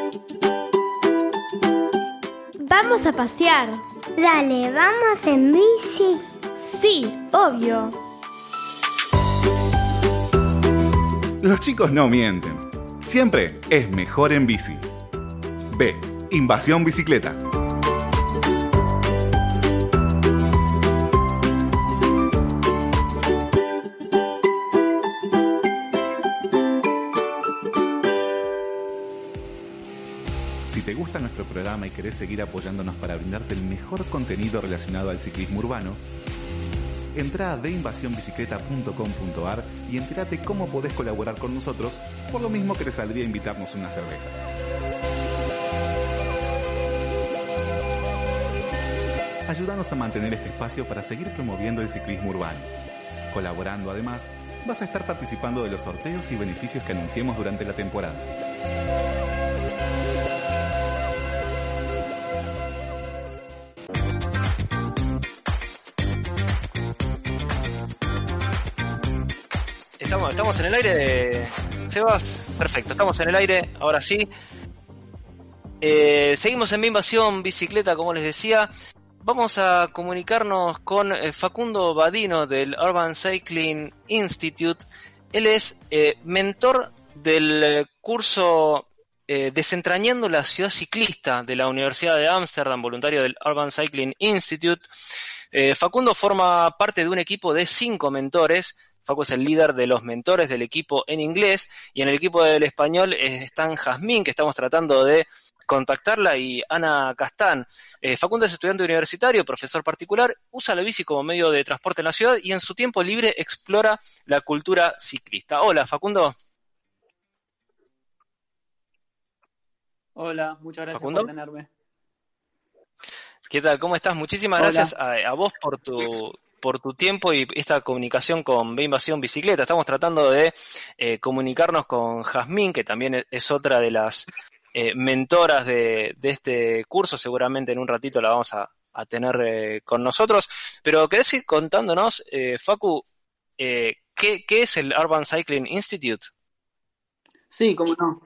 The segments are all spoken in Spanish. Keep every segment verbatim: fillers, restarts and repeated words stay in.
Vamos a pasear. Dale, vamos en bici. Sí, obvio. Los chicos no mienten. Siempre es mejor en bici. B. Invasión bicicleta. Si te gusta nuestro programa y querés seguir apoyándonos para brindarte el mejor contenido relacionado al ciclismo urbano, entrá a de invasión bicicleta punto com punto a r y entérate cómo podés colaborar con nosotros, por lo mismo que te saldría invitarnos una cerveza. Ayúdanos a mantener este espacio para seguir promoviendo el ciclismo urbano. Colaborando además, vas a estar participando de los sorteos y beneficios que anunciemos durante la temporada. Estamos, estamos en el aire de Sebas. Perfecto, estamos en el aire, ahora sí. Eh, seguimos en Mi Invasión Bicicleta, como les decía. Vamos a comunicarnos con eh, Facundo Badino del Urban Cycling Institute. Él es eh, mentor del eh, curso eh, Desentrañando la Ciudad Ciclista de la Universidad de Ámsterdam, voluntario del Urban Cycling Institute. Eh, Facundo forma parte de un equipo de cinco mentores. Facu es el líder de los mentores del equipo en inglés, y en el equipo del español eh, están Jazmín, que estamos tratando de contactarla, y Ana Castán. Eh, Facundo es estudiante universitario, profesor particular, usa la bici como medio de transporte en la ciudad y en su tiempo libre explora la cultura ciclista. Hola, Facundo. Hola, muchas gracias ¿Facundo? por tenerme. ¿Qué tal? ¿Cómo estás? Muchísimas Hola. gracias a, a vos por tu... por tu tiempo y esta comunicación con B Invasión Bicicleta. Estamos tratando de eh, comunicarnos con Jazmín, que también es otra de las eh, mentoras de, de este curso. Seguramente en un ratito la vamos a, a tener eh, con nosotros. Pero ¿querés ir contándonos, eh, Facu, eh, ¿qué, qué es el Urban Cycling Institute? Sí, cómo no.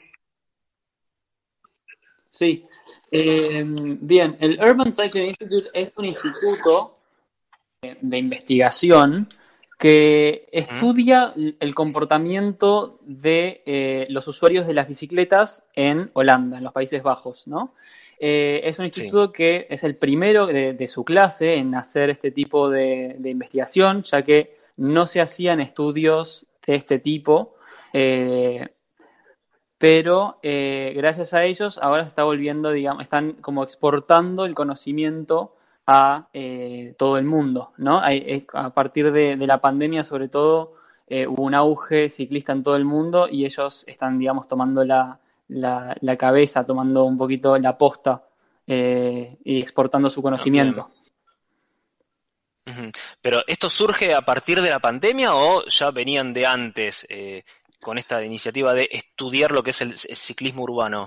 Sí. Eh, bien, el Urban Cycling Institute es un instituto de investigación que estudia el comportamiento de eh, los usuarios de las bicicletas en Holanda, en los Países Bajos, ¿no? Eh, es un instituto sí. que es el primero de, de su clase en hacer este tipo de, de investigación, ya que no se hacían estudios de este tipo, eh, pero eh, gracias a ellos ahora se está volviendo, digamos, están como exportando el conocimiento a eh, todo el mundo, ¿no? Hay, a partir de, de la pandemia, sobre todo, eh, hubo un auge ciclista en todo el mundo y ellos están, digamos, tomando la, la, la cabeza, tomando un poquito la posta eh, y exportando su conocimiento. Uh-huh. Pero ¿esto surge a partir de la pandemia o ya venían de antes eh, con esta iniciativa de estudiar lo que es el, el ciclismo urbano?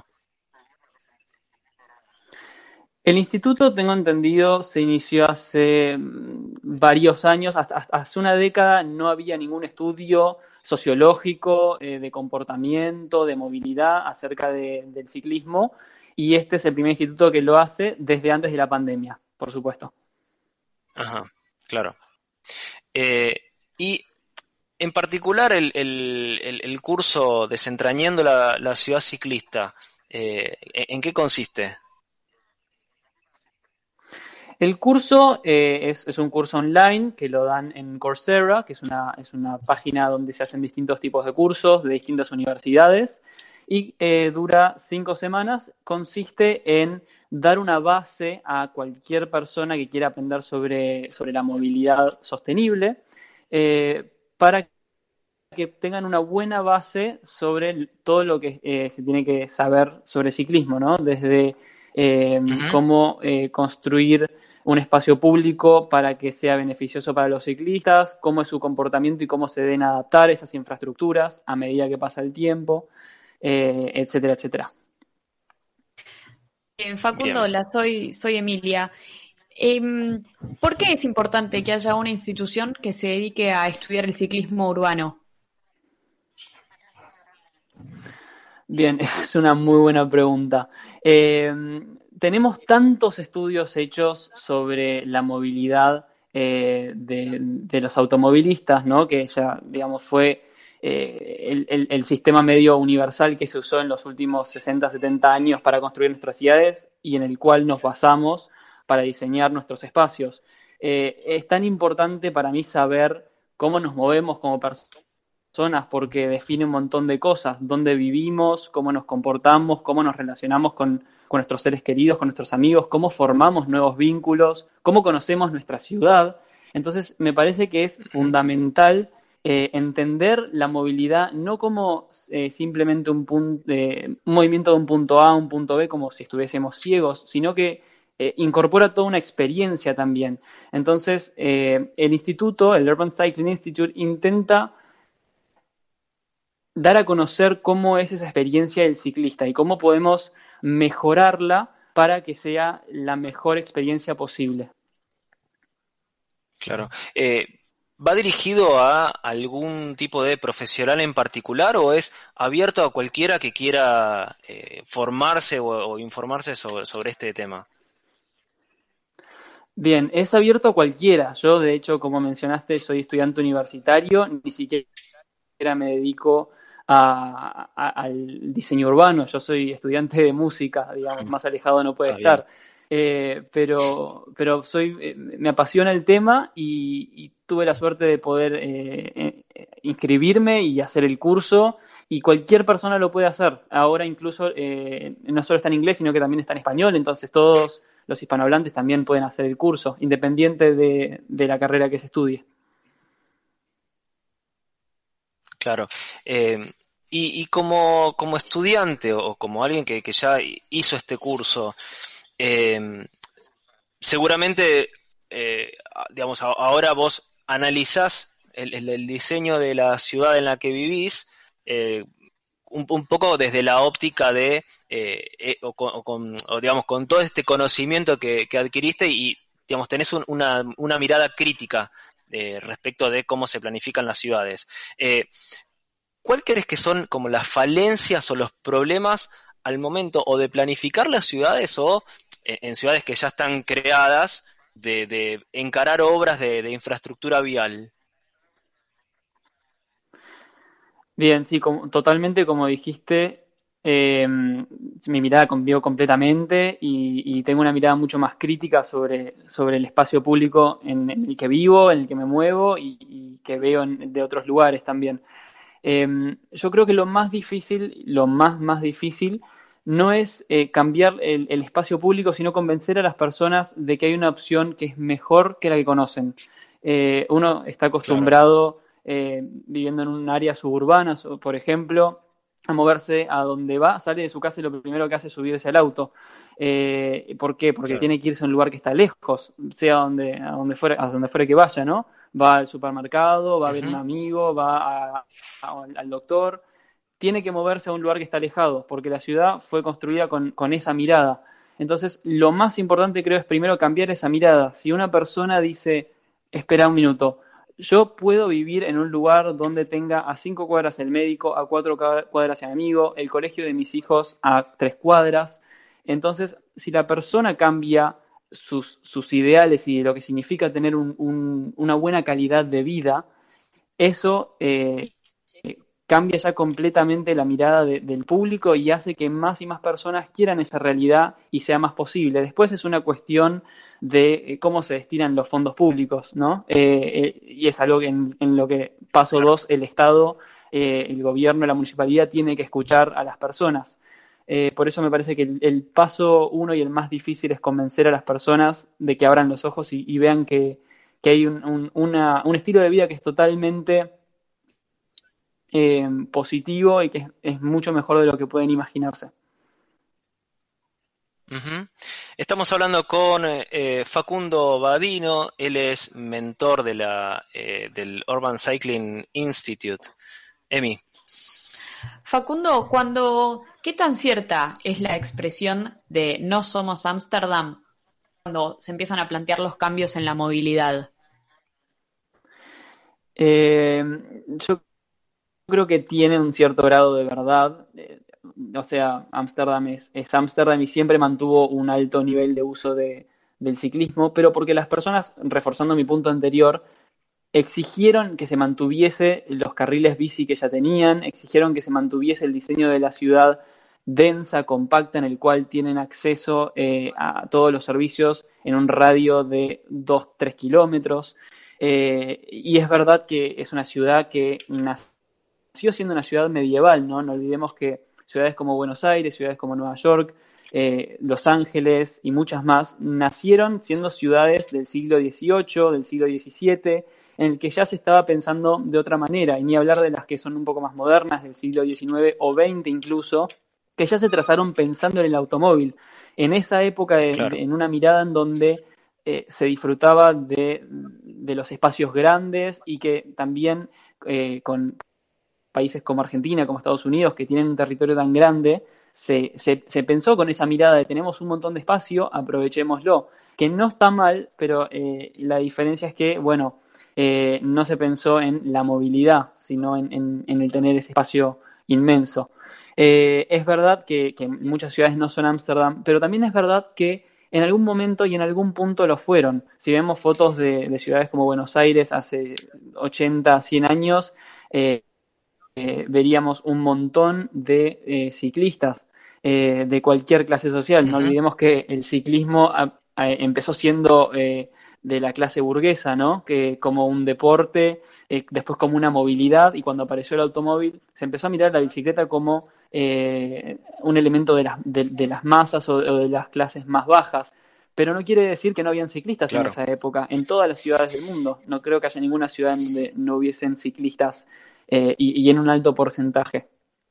El instituto, tengo entendido, se inició hace varios años, hasta, hasta hace una década no había ningún estudio sociológico, eh, de comportamiento, de movilidad acerca de, del ciclismo, y este es el primer instituto que lo hace desde antes de la pandemia, por supuesto. Ajá, claro. Eh, y en particular el, el, el, el curso Desentrañando la, la Ciudad Ciclista, eh, ¿en qué consiste? El curso eh, es, es un curso online que lo dan en Coursera, que es una, es una página donde se hacen distintos tipos de cursos de distintas universidades, y eh, dura cinco semanas. Consiste en dar una base a cualquier persona que quiera aprender sobre, sobre la movilidad sostenible, eh, para que tengan una buena base sobre todo lo que eh, se tiene que saber sobre ciclismo, ¿no? Desde eh, uh-huh. cómo eh, construir un espacio público para que sea beneficioso para los ciclistas, cómo es su comportamiento y cómo se deben adaptar esas infraestructuras a medida que pasa el tiempo, eh, etcétera, etcétera. Eh, Facundo, hola, soy, soy Emilia. Eh, ¿Por qué es importante que haya una institución que se dedique a estudiar el ciclismo urbano? Bien, esa es una muy buena pregunta. Eh, tenemos tantos estudios hechos sobre la movilidad eh, de, de los automovilistas, ¿no? Que ya, digamos, fue eh, el, el, el sistema medio universal que se usó en los últimos sesenta, setenta años para construir nuestras ciudades y en el cual nos basamos para diseñar nuestros espacios. Eh, es tan importante para mí saber cómo nos movemos como personas porque define un montón de cosas, dónde vivimos, cómo nos comportamos, cómo nos relacionamos con, con nuestros seres queridos, con nuestros amigos, cómo formamos nuevos vínculos, cómo conocemos nuestra ciudad. Entonces, me parece que es fundamental eh, entender la movilidad no como eh, simplemente un, punto, eh, un movimiento de un punto A a un punto B, como si estuviésemos ciegos, sino que eh, incorpora toda una experiencia también. Entonces, eh, el instituto, el Urban Cycling Institute, intenta dar a conocer cómo es esa experiencia del ciclista y cómo podemos mejorarla para que sea la mejor experiencia posible. Claro. Eh, ¿Va dirigido a algún tipo de profesional en particular o es abierto a cualquiera que quiera eh, formarse o, o informarse sobre, sobre este tema? Bien, es abierto a cualquiera. Yo, de hecho, como mencionaste, soy estudiante universitario, ni siquiera me dedico a, a, al diseño urbano. Yo soy estudiante de música, digamos, más alejado no puede ah, estar. Eh, pero pero soy eh, me apasiona el tema y, y tuve la suerte de poder eh, eh, inscribirme y hacer el curso, y cualquier persona lo puede hacer. Ahora incluso eh, no solo está en inglés, sino que también está en español, entonces todos los hispanohablantes también pueden hacer el curso, independiente de, de la carrera que se estudie. Claro. Eh, y, y como, como estudiante o como alguien que, que ya hizo este curso, eh, seguramente, eh, digamos, ahora vos analizás el, el, el diseño de la ciudad en la que vivís, eh, un, un poco desde la óptica de, eh, eh, o, con, o, con, o digamos, con todo este conocimiento que, que adquiriste y, digamos, tenés un, una, una mirada crítica eh, respecto de cómo se planifican las ciudades. Eh, ¿Cuál crees que son como las falencias o los problemas al momento o de planificar las ciudades o eh, en ciudades que ya están creadas de, de encarar obras de, de infraestructura vial? Bien, sí, como, totalmente como dijiste, eh, mi mirada cambió completamente y, y tengo una mirada mucho más crítica sobre, sobre el espacio público en, en el que vivo, en el que me muevo y, y que veo en, de otros lugares también. Eh, yo creo que lo más difícil, lo más, más difícil, no es eh, cambiar el, el espacio público, sino convencer a las personas de que hay una opción que es mejor que la que conocen. Eh, uno está acostumbrado, claro. eh, viviendo en un área suburbana, por ejemplo, a moverse a donde va, sale de su casa y lo primero que hace es subirse al auto. Eh, ¿Por qué? Porque claro. tiene que irse a un lugar que está lejos, sea donde, a donde fuera, a donde fuera que vaya, ¿no? Va al supermercado, va a ver uh-huh. un amigo, va a, a, al doctor. Tiene que moverse a un lugar que está alejado, porque la ciudad fue construida con, con esa mirada. Entonces, lo más importante creo es primero cambiar esa mirada. Si una persona dice, espera un minuto, yo puedo vivir en un lugar donde tenga a cinco cuadras el médico, a cuatro cuadras el amigo, el colegio de mis hijos a tres cuadras. Entonces, si la persona cambia sus, sus ideales y lo que significa tener un, un, una buena calidad de vida, eso eh, cambia ya completamente la mirada de, del público y hace que más y más personas quieran esa realidad y sea más posible. Después es una cuestión de eh, cómo se destinan los fondos públicos, ¿no? Eh, eh, y es algo que en, en lo que paso dos, el Estado, eh, el gobierno, la municipalidad tiene que escuchar a las personas. Eh, por eso me parece que el, el paso uno y el más difícil es convencer a las personas de que abran los ojos y, y vean que, que hay un, un, una, un estilo de vida que es totalmente eh, positivo y que es, es mucho mejor de lo que pueden imaginarse. Uh-huh. Estamos hablando con eh, Facundo Badino, él es mentor de la, eh, del Urban Cycling Institute. Emi. Facundo, cuando, ¿qué tan cierta es la expresión de no somos Ámsterdam cuando se empiezan a plantear los cambios en la movilidad? Eh, yo creo que tiene un cierto grado de verdad. o sea, Ámsterdam es, es Ámsterdam y siempre mantuvo un alto nivel de uso de, del ciclismo, pero porque las personas, reforzando mi punto anterior, exigieron que se mantuviese los carriles bici que ya tenían, exigieron que se mantuviese el diseño de la ciudad densa, compacta, en el cual tienen acceso eh, a todos los servicios en un radio de dos a tres kilómetros. Eh, y es verdad que es una ciudad que nació siendo una ciudad medieval, ¿no? No olvidemos que ciudades como Buenos Aires, ciudades como Nueva York, eh, Los Ángeles y muchas más nacieron siendo ciudades del siglo dieciocho, del siglo diecisiete, en el que ya se estaba pensando de otra manera, y ni hablar de las que son un poco más modernas, del siglo diecinueve o veinte incluso, que ya se trazaron pensando en el automóvil. En esa época, de, Claro. de, en una mirada en donde eh, se disfrutaba de, de los espacios grandes y que también eh, con países como Argentina, como Estados Unidos, que tienen un territorio tan grande, se, se, se pensó con esa mirada de tenemos un montón de espacio, aprovechémoslo. Que no está mal, pero eh, la diferencia es que, bueno, eh, no se pensó en la movilidad, sino en, en, en el tener ese espacio inmenso. Eh, es verdad que, que muchas ciudades no son Ámsterdam, pero también es verdad que en algún momento y en algún punto lo fueron. Si vemos fotos de, de ciudades como Buenos Aires hace ochenta, cien años, eh, eh, veríamos un montón de eh, ciclistas eh, de cualquier clase social. No Uh-huh. olvidemos que el ciclismo a, a, empezó siendo eh, de la clase burguesa, ¿no? Que como un deporte, eh, después como una movilidad, y cuando apareció el automóvil se empezó a mirar la bicicleta como eh, un elemento de las, de, de las masas o, o de las clases más bajas. Pero no quiere decir que no habían ciclistas Claro. en esa época, en todas las ciudades del mundo. No creo que haya ninguna ciudad en donde no hubiesen ciclistas eh, y, y en un alto porcentaje.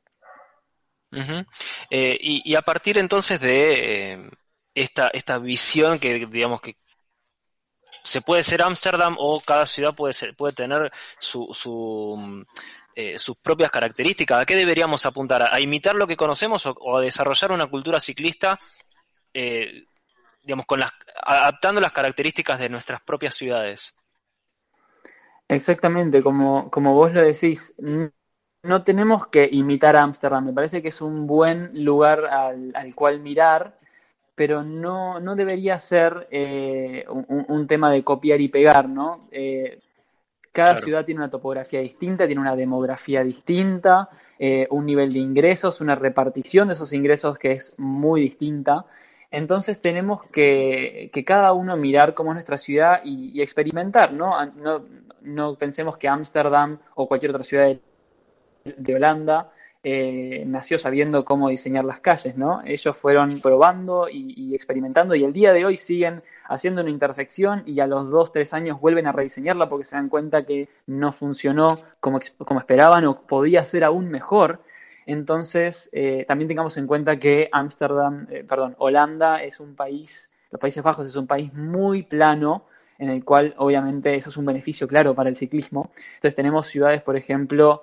Uh-huh. Eh, y, y a partir entonces de eh, esta, esta visión que digamos que se puede ser Ámsterdam o cada ciudad puede ser, puede tener su, su, eh, sus propias características, ¿a qué deberíamos apuntar? ¿A imitar lo que conocemos o, o a desarrollar una cultura ciclista eh, digamos con las, adaptando las características de nuestras propias ciudades? Exactamente, como, como vos lo decís, no tenemos que imitar a Ámsterdam. Me parece que es un buen lugar al, al cual mirar, pero no, no debería ser eh, un, un tema de copiar y pegar, ¿no? Eh, cada Claro. ciudad tiene una topografía distinta, tiene una demografía distinta, eh, un nivel de ingresos, una repartición de esos ingresos que es muy distinta. Entonces tenemos que, que cada uno mirar cómo es nuestra ciudad y, y experimentar, ¿no? No, no pensemos que Ámsterdam o cualquier otra ciudad de, de Holanda eh, nació sabiendo cómo diseñar las calles, ¿no? Ellos fueron probando y, y experimentando, y el día de hoy siguen haciendo una intersección y a los dos, tres años vuelven a rediseñarla porque se dan cuenta que no funcionó como, como esperaban o podía ser aún mejor. Entonces, eh, también tengamos en cuenta que Ámsterdam, eh, perdón, Holanda es un país, los Países Bajos es un país muy plano, en el cual obviamente eso es un beneficio claro para el ciclismo. Entonces tenemos ciudades, por ejemplo,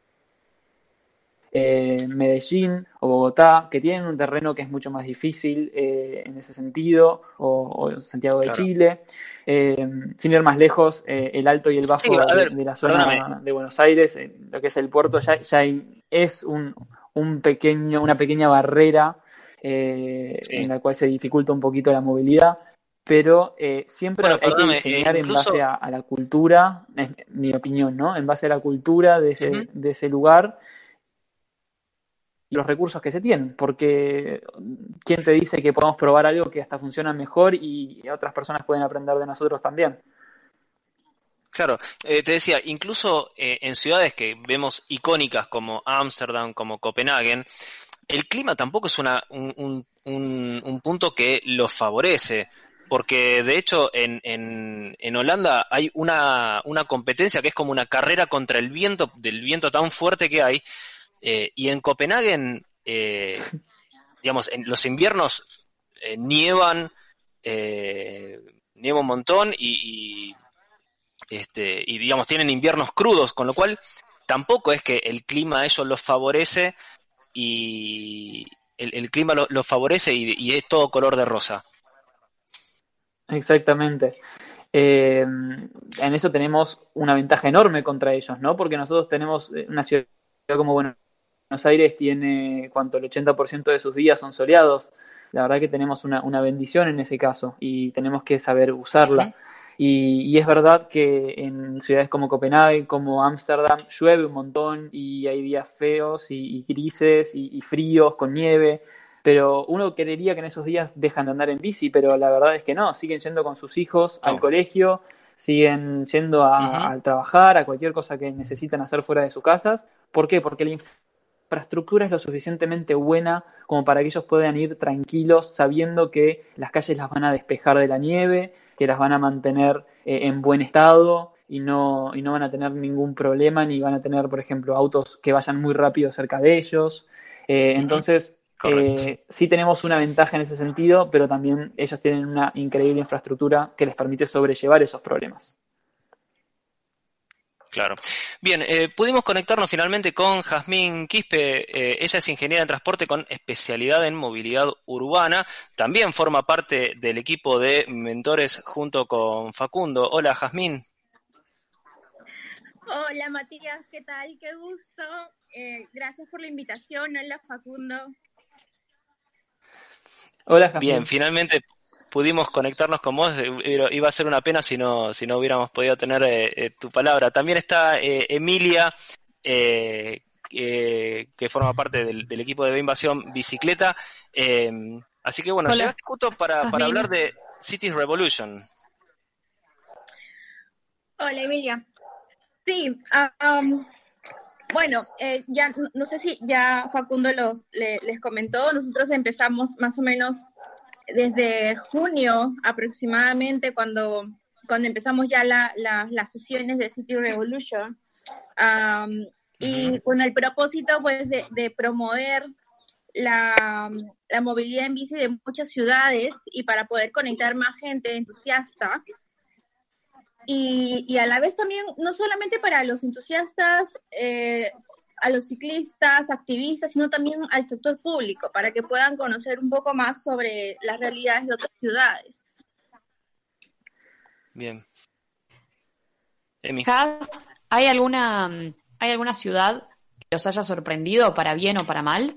eh, Medellín o Bogotá, que tienen un terreno que es mucho más difícil eh, en ese sentido, o, o Santiago de Claro. Chile. Eh, sin ir más lejos, eh, el alto y el bajo Sí, a ver, de, de la zona perdóname. de Buenos Aires, eh, lo que es el puerto, ya, ya hay, es un, un pequeño, una pequeña barrera eh, Sí. en la cual se dificulta un poquito la movilidad, pero eh, siempre Bueno, hay que perdóname, diseñar eh, en incluso- base a, a la cultura, es mi opinión, ¿no? En base a la cultura de ese, Ujú. de ese lugar y los recursos que se tienen, porque ¿quién te dice que podemos probar algo que hasta funciona mejor y otras personas pueden aprender de nosotros también? Claro, eh, te decía, incluso eh, en ciudades que vemos icónicas como Ámsterdam, como Copenhague, el clima tampoco es una, un, un, un, un punto que los favorece, porque de hecho en, en, en Holanda hay una, una competencia que es como una carrera contra el viento, del viento tan fuerte que hay, eh, y en Copenhague, eh, digamos, en los inviernos eh, nievan, eh, nieva un montón y, y Este, y digamos, tienen inviernos crudos, con lo cual tampoco es que el clima a ellos los favorece y el, el clima los lo favorece y, y es todo color de rosa. Exactamente. Eh, en eso tenemos una ventaja enorme contra ellos, ¿no? Porque nosotros tenemos una ciudad como Buenos Buenos Aires tiene, ¿cuánto? El ochenta por ciento de sus días son soleados. La verdad que tenemos una, una bendición en ese caso y tenemos que saber usarla. Uh-huh. Y, y es verdad que en ciudades como Copenhague, como Ámsterdam, llueve un montón y hay días feos y, y grises y, y fríos con nieve, pero uno creería que en esos días dejan de andar en bici, pero la verdad es que no, siguen yendo con sus hijos al oh. colegio, siguen yendo a, uh-huh. a trabajar, a cualquier cosa que necesitan hacer fuera de sus casas. ¿Por qué? Porque la infraestructura es lo suficientemente buena como para que ellos puedan ir tranquilos sabiendo que las calles las van a despejar de la nieve, que las van a mantener eh, en buen estado y no, y no van a tener ningún problema, ni van a tener, por ejemplo, autos que vayan muy rápido cerca de ellos. Eh, uh-huh. Entonces, eh, sí tenemos una ventaja en ese sentido, pero también ellos tienen una increíble infraestructura que les permite sobrellevar esos problemas. Claro. Bien, eh, pudimos conectarnos finalmente con Jazmín Quispe. Eh, ella es ingeniera en transporte con especialidad en movilidad urbana. También forma parte del equipo de mentores junto con Facundo. Hola, Jazmín. Hola, Matías. ¿Qué tal? Qué gusto. Eh, gracias por la invitación. Hola, Facundo. Hola, Jazmín. Bien, finalmente pudimos conectarnos con vos. Iba a ser una pena si no si no hubiéramos podido tener eh, tu palabra. También está eh, Emilia, eh, eh, que forma parte del, del equipo de Invasión Bicicleta. Eh, así que bueno, Hola. Llegaste justo para, para hablar de Cities Revolution. Hola, Emilia. Sí, um, bueno, eh, ya no, no sé si ya Facundo los, le, les comentó. Nosotros empezamos más o menos desde junio aproximadamente, cuando, cuando empezamos ya la, la, las sesiones de City Revolution, um, y uh-huh. con el propósito pues de, de promover la, la movilidad en bici de muchas ciudades y para poder conectar más gente entusiasta. Y, y a la vez también, no solamente para los entusiastas, eh, a los ciclistas, activistas, sino también al sector público, para que puedan conocer un poco más sobre las realidades de otras ciudades. Bien. Emi. ¿Hay alguna, ¿Hay alguna ciudad que los haya sorprendido para bien o para mal?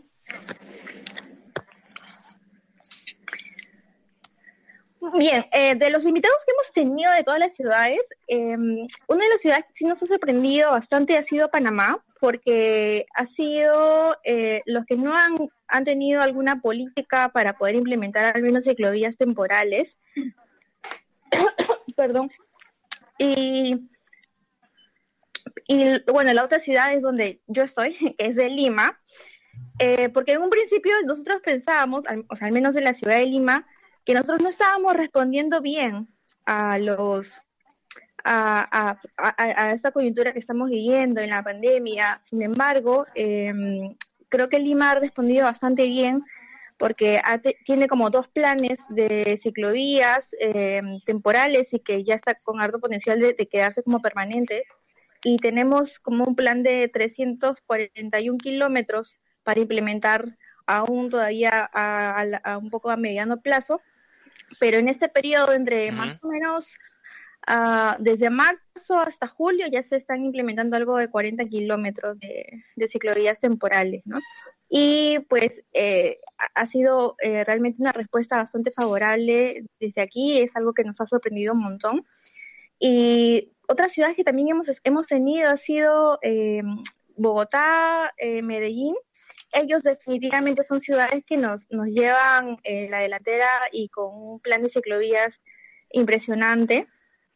Bien, eh, de los invitados que hemos tenido de todas las ciudades, eh, una de las ciudades que sí nos ha sorprendido bastante ha sido Panamá, porque ha sido eh, los que no han, han tenido alguna política para poder implementar al menos ciclovías temporales. Perdón. Y, y bueno, la otra ciudad es donde yo estoy, que es de Lima, eh, porque en un principio nosotros pensábamos, al, o sea, al menos en la ciudad de Lima, que nosotros no estábamos respondiendo bien a los a, a, a, a esta coyuntura que estamos viviendo en la pandemia. Sin embargo, eh, creo que Lima ha respondido bastante bien porque ha te, tiene como dos planes de ciclovías eh, temporales y que ya está con harto potencial de, de quedarse como permanente. Y tenemos como un plan de trescientos cuarenta y un kilómetros para implementar aún todavía a, a, a un poco a mediano plazo. Pero en este periodo, entre uh-huh. más o menos uh, desde marzo hasta julio, ya se están implementando algo de cuarenta kilómetros de, de ciclovías temporales, ¿no? Y pues eh, ha sido eh, realmente una respuesta bastante favorable desde aquí, es algo que nos ha sorprendido un montón. Y otras ciudades que también hemos, hemos tenido ha sido eh, Bogotá, eh, Medellín. Ellos definitivamente son ciudades que nos, nos llevan en la delantera y con un plan de ciclovías impresionante.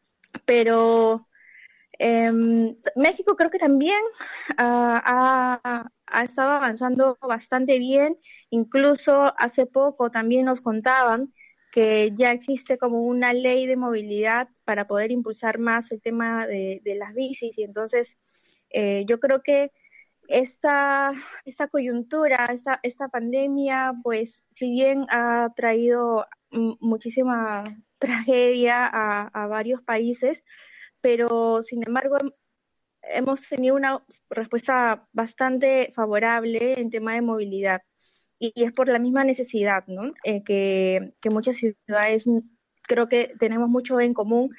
Pero eh, México creo que también uh, ha, ha estado avanzando bastante bien. Incluso hace poco también nos contaban que ya existe como una ley de movilidad para poder impulsar más el tema de, de las bicis. Y entonces eh, yo creo que Esta, esta coyuntura, esta, esta pandemia, pues si bien ha traído m- muchísima tragedia a, a varios países, pero sin embargo hemos tenido una respuesta bastante favorable en tema de movilidad y, y es por la misma necesidad, ¿no? Eh, que, que muchas ciudades creo que tenemos mucho en común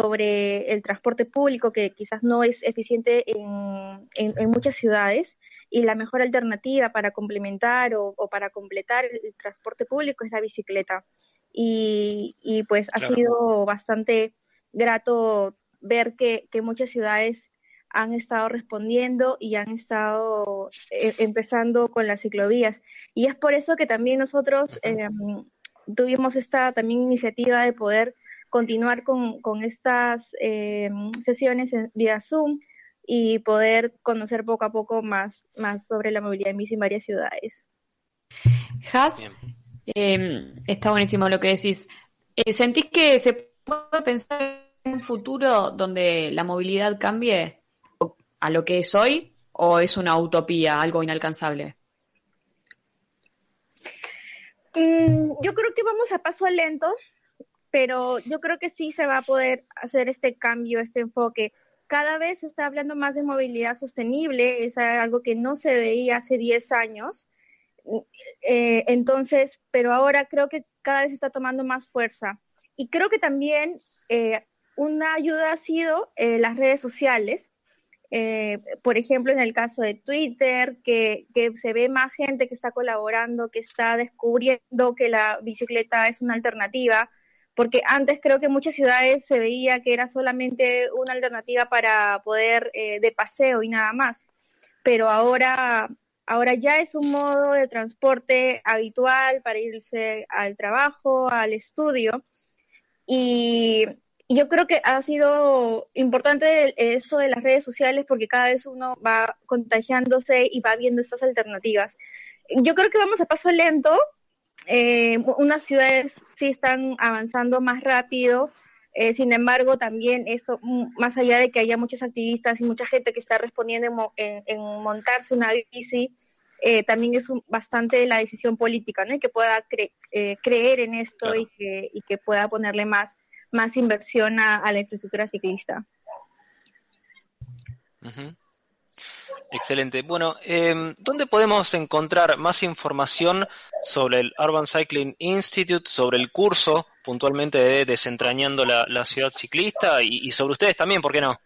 sobre el transporte público, que quizás no es eficiente en, en, en muchas ciudades, y la mejor alternativa para complementar o, o para completar el transporte público es la bicicleta. Y, y pues ha claro. sido bastante grato ver que, que muchas ciudades han estado respondiendo y han estado eh, empezando con las ciclovías. Y es por eso que también nosotros eh, tuvimos esta también iniciativa de poder continuar con, con estas eh, sesiones en, vía Zoom y poder conocer poco a poco más, más sobre la movilidad en bici en varias ciudades. Has, eh, está buenísimo lo que decís. Eh, ¿Sentís que se puede pensar en un futuro donde la movilidad cambie a lo que es hoy, o es una utopía, algo inalcanzable? Mm, yo creo que vamos a paso lento, pero yo creo que sí se va a poder hacer este cambio, este enfoque. Cada vez se está hablando más de movilidad sostenible, es algo que no se veía hace diez años. Eh, entonces, pero ahora creo que cada vez está tomando más fuerza. Y creo que también eh, una ayuda ha sido eh, las redes sociales. Eh, por ejemplo, en el caso de Twitter, que, que se ve más gente que está colaborando, que está descubriendo que la bicicleta es una alternativa, porque antes creo que en muchas ciudades se veía que era solamente una alternativa para poder eh, de paseo y nada más, pero ahora, ahora ya es un modo de transporte habitual para irse al trabajo, al estudio, y yo creo que ha sido importante esto de las redes sociales porque cada vez uno va contagiándose y va viendo estas alternativas. Yo creo que vamos a paso lento. Eh, unas ciudades sí están avanzando más rápido. Eh, sin embargo, también esto, más allá de que haya muchos activistas y mucha gente que está respondiendo en, en, en montarse una bici, eh, también es un, bastante la decisión política, ¿no? Y que pueda cre- eh, creer en esto claro. y, que, y que pueda ponerle más más inversión a, a la infraestructura ciclista. Uh-huh. Excelente. Bueno, eh, ¿dónde podemos encontrar más información sobre el Urban Cycling Institute, sobre el curso puntualmente de Desentrañando la, la Ciudad Ciclista y, y sobre ustedes también, ¿por qué no?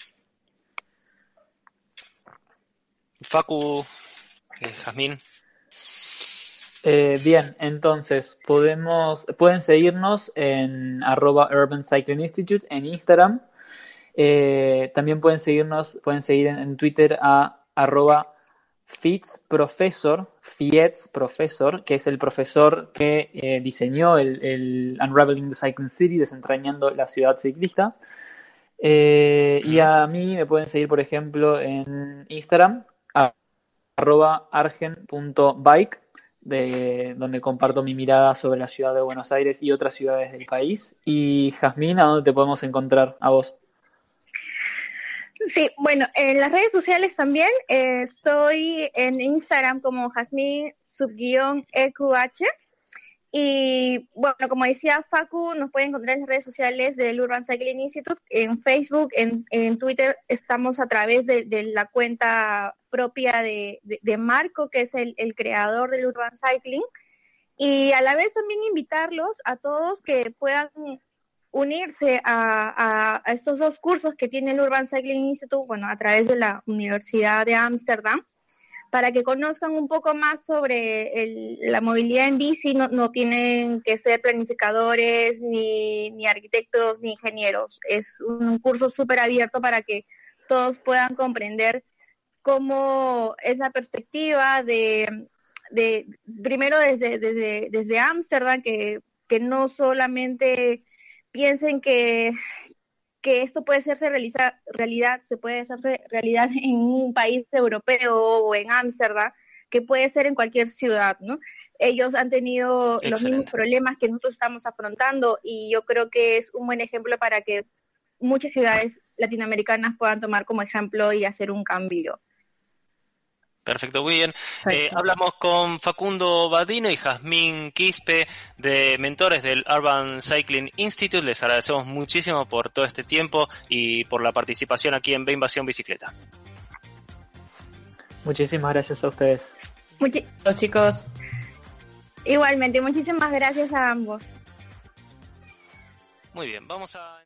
Facu, eh, Jazmín. Eh, bien, entonces podemos pueden seguirnos en arroba Urban Cycling Institute en Instagram. Eh, también pueden seguirnos, pueden seguir en, en Twitter a arroba FitzProfessor, FitzProfessor, que es el profesor que eh, diseñó el, el Unraveling the Cycling City, desentrañando la ciudad ciclista. Eh, y a mí me pueden seguir, por ejemplo, en Instagram, a, arroba argen.bike, de donde comparto mi mirada sobre la ciudad de Buenos Aires y otras ciudades del país. Y Jazmín, ¿a dónde te podemos encontrar a vos? Sí, bueno, en las redes sociales también eh, estoy en Instagram como Jazmín subguión E Q H. Y bueno, como decía Facu, nos pueden encontrar en las redes sociales del Urban Cycling Institute, en Facebook, en, en Twitter estamos a través de, de la cuenta propia de, de, de Marco, que es el, el creador del Urban Cycling, y a la vez también invitarlos a todos que puedan unirse a, a, a estos dos cursos que tiene el Urban Cycling Institute, bueno, a través de la Universidad de Ámsterdam, para que conozcan un poco más sobre el, la movilidad en bici. No, no tienen que ser planificadores, ni, ni arquitectos, ni ingenieros. Es un curso súper abierto para que todos puedan comprender cómo es la perspectiva de, de primero desde desde desde Ámsterdam, que, que no solamente piensen que que esto puede hacerse realiza, realidad, se puede hacerse realidad en un país europeo o en Ámsterdam, que puede ser en cualquier ciudad, ¿no? Ellos han tenido Excelente. Los mismos problemas que nosotros estamos afrontando y yo creo que es un buen ejemplo para que muchas ciudades latinoamericanas puedan tomar como ejemplo y hacer un cambio. Perfecto, muy bien. Eh, hablamos con Facundo Badino y Jazmín Quispe, de mentores del Urban Cycling Institute. Les agradecemos muchísimo por todo este tiempo y por la participación aquí en Ve Invasión Bicicleta. Muchísimas gracias a ustedes. Muchi- Los chicos. Igualmente, muchísimas gracias a ambos. Muy bien, vamos a...